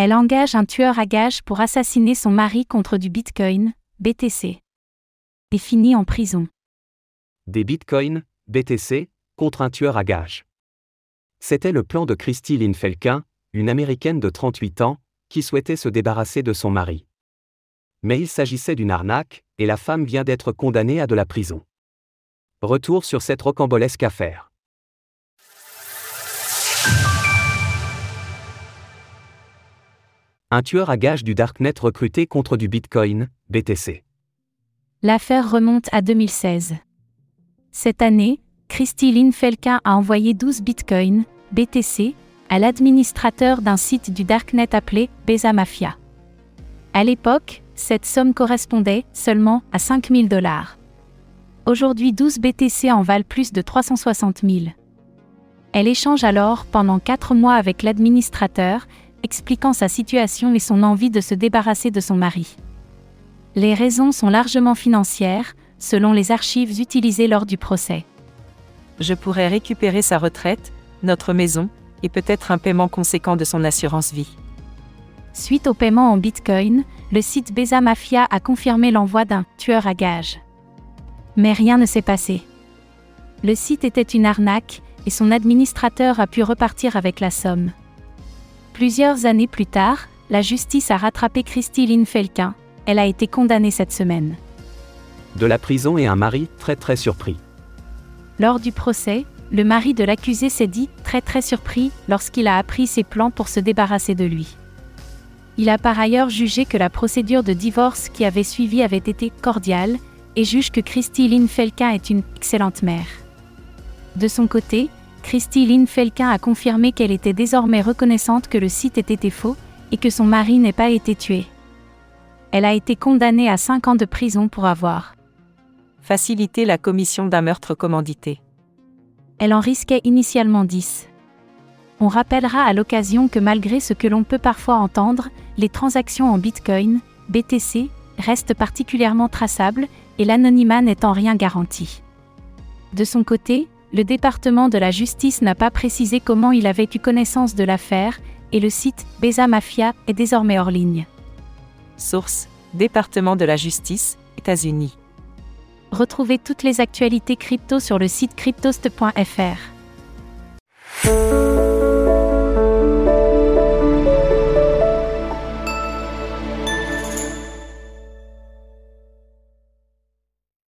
Elle engage un tueur à gages pour assassiner son mari contre du Bitcoin, BTC. Et finit en prison. Des bitcoins, BTC, contre un tueur à gages. C'était le plan de Christy Lynn Felkin, une Américaine de 38 ans, qui souhaitait se débarrasser de son mari. Mais il s'agissait d'une arnaque, et la femme vient d'être condamnée à de la prison. Retour sur cette rocambolesque affaire. Un tueur à gages du Darknet recruté contre du Bitcoin, BTC. L'affaire remonte à 2016. Cette année, Christy Lynn Felkin a envoyé 12 bitcoins, BTC, à l'administrateur d'un site du Darknet appelé Beza Mafia. À l'époque, cette somme correspondait seulement à $5 000. Aujourd'hui, 12 BTC en valent plus de 360 000. Elle échange alors pendant 4 mois avec l'administrateur, expliquant sa situation et son envie de se débarrasser de son mari. Les raisons sont largement financières, selon les archives utilisées lors du procès. Je pourrais récupérer sa retraite, notre maison, et peut-être un paiement conséquent de son assurance vie. Suite au paiement en Bitcoin, le site Beza Mafia a confirmé l'envoi d'un « tueur à gages ». Mais rien ne s'est passé. Le site était une arnaque, et son administrateur a pu repartir avec la somme. Plusieurs années plus tard, la justice a rattrapé Christy Lynn Felkin. Elle a été condamnée cette semaine. De la prison et un mari très surpris. Lors du procès, le mari de l'accusé s'est dit très surpris lorsqu'il a appris ses plans pour se débarrasser de lui. Il a par ailleurs jugé que la procédure de divorce qui avait suivi avait été cordiale et juge que Christy Lynn Felkin est une excellente mère. De son côté, Christy Lynn Felkin a confirmé qu'elle était désormais reconnaissante que le site ait été faux et que son mari n'ait pas été tué. Elle a été condamnée à 5 ans de prison pour avoir facilité la commission d'un meurtre commandité. Elle en risquait initialement 10. On rappellera à l'occasion que malgré ce que l'on peut parfois entendre, les transactions en Bitcoin, BTC, restent particulièrement traçables, et l'anonymat n'est en rien garanti. De son côté, le département de la justice n'a pas précisé comment il avait eu connaissance de l'affaire, et le site Beza Mafia est désormais hors ligne. Source, département de la justice, États-Unis. Retrouvez toutes les actualités crypto sur le site cryptost.fr.